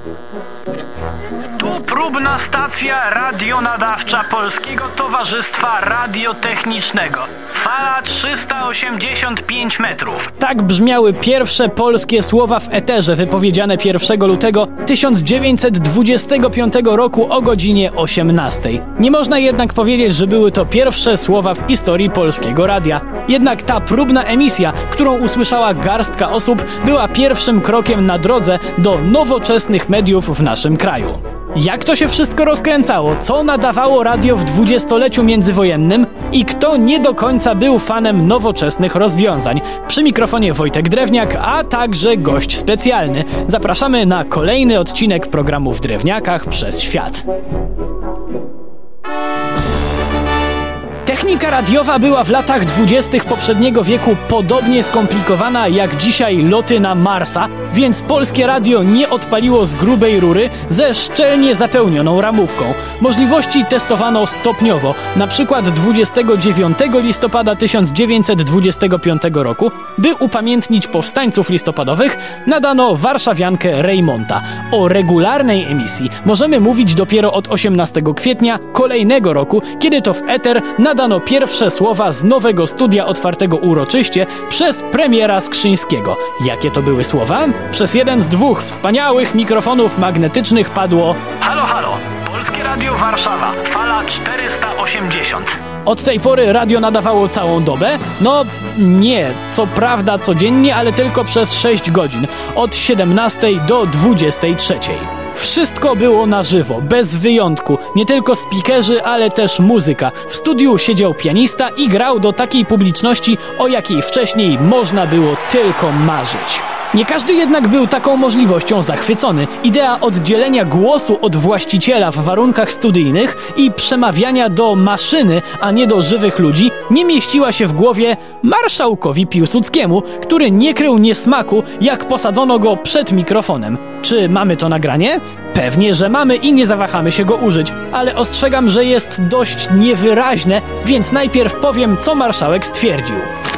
Tu próbna stacja radionadawcza Polskiego Towarzystwa Radiotechnicznego. Fala 385 metrów. Tak brzmiały pierwsze polskie słowa w eterze wypowiedziane 1 lutego 1925 roku o godzinie 18. Nie można jednak powiedzieć, że były to pierwsze słowa w historii polskiego radia. Jednak ta próbna emisja, którą usłyszała garstka osób, była pierwszym krokiem na drodze do nowoczesnych mediów w naszym kraju. Jak to się wszystko rozkręcało? Co nadawało radio w dwudziestoleciu międzywojennym? I kto nie do końca był fanem nowoczesnych rozwiązań? Przy mikrofonie Wojtek Drewniak, a także gość specjalny. Zapraszamy na kolejny odcinek programu W Drewniakach przez świat. Technika radiowa była w latach 20. poprzedniego wieku podobnie skomplikowana jak dzisiaj loty na Marsa, więc polskie radio nie odpaliło z grubej rury ze szczelnie zapełnioną ramówką. Możliwości testowano stopniowo. Na przykład 29 listopada 1925 roku, by upamiętnić powstańców listopadowych, nadano warszawiankę Rejmonta. O regularnej emisji możemy mówić dopiero od 18 kwietnia kolejnego roku, kiedy to w eter nadano pierwsze słowa z nowego studia otwartego uroczyście przez premiera Skrzyńskiego. Jakie to były słowa? Przez jeden z dwóch wspaniałych mikrofonów magnetycznych padło: Halo, halo, Polskie Radio Warszawa, fala 480. Od tej pory radio nadawało całą dobę? No nie, co prawda codziennie, ale tylko przez 6 godzin, od 17 do 23. Wszystko było na żywo, bez wyjątku. Nie tylko speakerzy, ale też muzyka. W studiu siedział pianista i grał do takiej publiczności, o jakiej wcześniej można było tylko marzyć. Nie każdy jednak był taką możliwością zachwycony. Idea oddzielenia głosu od właściciela w warunkach studyjnych i przemawiania do maszyny, a nie do żywych ludzi, nie mieściła się w głowie marszałkowi Piłsudskiemu, który nie krył niesmaku, jak posadzono go przed mikrofonem. Czy mamy to nagranie? Pewnie, że mamy i nie zawahamy się go użyć, ale ostrzegam, że jest dość niewyraźne, więc najpierw powiem, co marszałek stwierdził.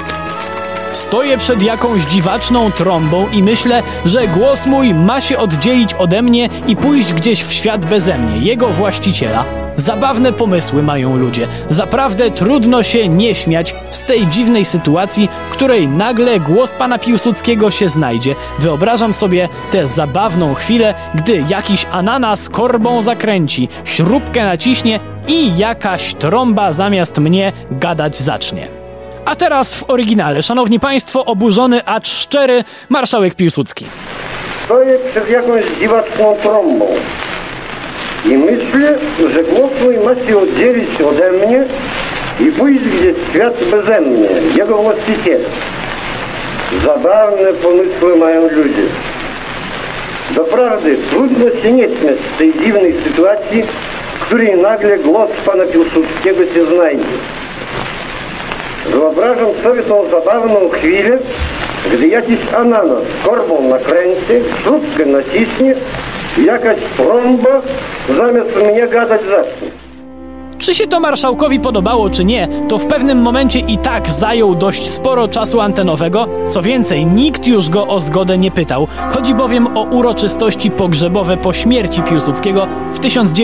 Stoję przed jakąś dziwaczną trąbą i myślę, że głos mój ma się oddzielić ode mnie i pójść gdzieś w świat beze mnie, jego właściciela. Zabawne pomysły mają ludzie. Zaprawdę trudno się nie śmiać z tej dziwnej sytuacji, w której nagle głos pana Piłsudskiego się znajdzie. Wyobrażam sobie tę zabawną chwilę, gdy jakiś ananas korbą zakręci, śrubkę naciśnie i jakaś trąba zamiast mnie gadać zacznie. A teraz w oryginale, szanowni państwo, oburzony acz szczery marszałek Piłsudski. Stoję przed jakąś dziwaczną trąbą i myślę, że głos mój ma się oddzielić ode mnie i pójść gdzieś w świat beze mnie, jego właściciela. Zabawne pomysły mają ludzie. Doprawdy trudno się nie śmiać z tej dziwnej sytuacji, w której nagle głos pana Piłsudskiego się znajdzie. Wyobrażam sobie tą zabawną chwilę, gdy jakiś ananas korbą nakręci, śrubkę naciśnie i jakaś trąba zamiast mnie gadać zacznie. Czy się to marszałkowi podobało, czy nie, to w pewnym momencie i tak zajął dość sporo czasu antenowego. Co więcej, nikt już go o zgodę nie pytał. Chodzi bowiem o uroczystości pogrzebowe po śmierci Piłsudskiego w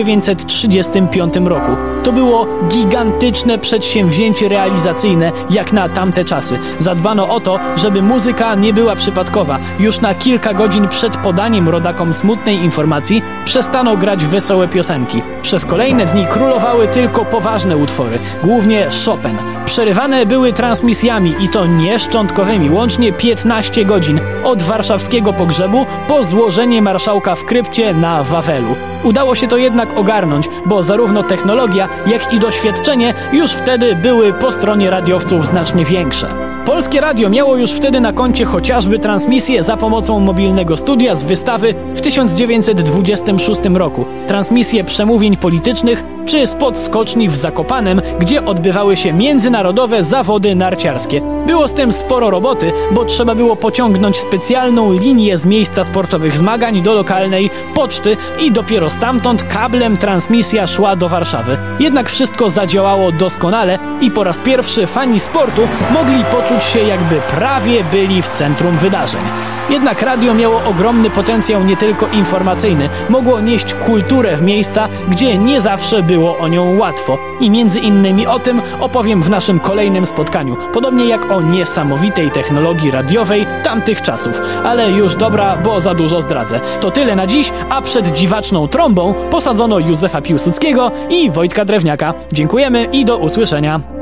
1935 roku. To było gigantyczne przedsięwzięcie realizacyjne jak na tamte czasy. Zadbano o to, żeby muzyka nie była przypadkowa. Już na kilka godzin przed podaniem rodakom smutnej informacji przestano grać wesołe piosenki. Przez kolejne dni królowały tylko poważne utwory, głównie Chopin. Przerywane były transmisjami i to nie szczątkowymi, łącznie 15 godzin od warszawskiego pogrzebu po złożenie marszałka w krypcie na Wawelu. Udało się to jednak ogarnąć, bo zarówno technologia, jak i doświadczenie już wtedy były po stronie radiowców znacznie większe. Polskie radio miało już wtedy na koncie chociażby transmisję za pomocą mobilnego studia z wystawy w 1926 roku, transmisję przemówień politycznych czy spod skoczni w Zakopanem, gdzie odbywały się międzynarodowe zawody narciarskie. Było z tym sporo roboty, bo trzeba było pociągnąć specjalną linię z miejsca sportowych zmagań do lokalnej poczty i dopiero stamtąd kablem transmisja szła do Warszawy. Jednak wszystko zadziałało doskonale i po raz pierwszy fani sportu mogli poczuć się, jakby prawie byli w centrum wydarzeń. Jednak radio miało ogromny potencjał nie tylko informacyjny. Mogło nieść kulturę w miejsca, gdzie nie zawsze było o nią łatwo. I między innymi o tym opowiem w naszym kolejnym spotkaniu. Podobnie jak o niesamowitej technologii radiowej tamtych czasów. Ale już dobra, bo za dużo zdradzę. To tyle na dziś, a przed dziwaczną trąbą posadzono Józefa Piłsudskiego i Wojtka Drewniaka. Dziękujemy i do usłyszenia.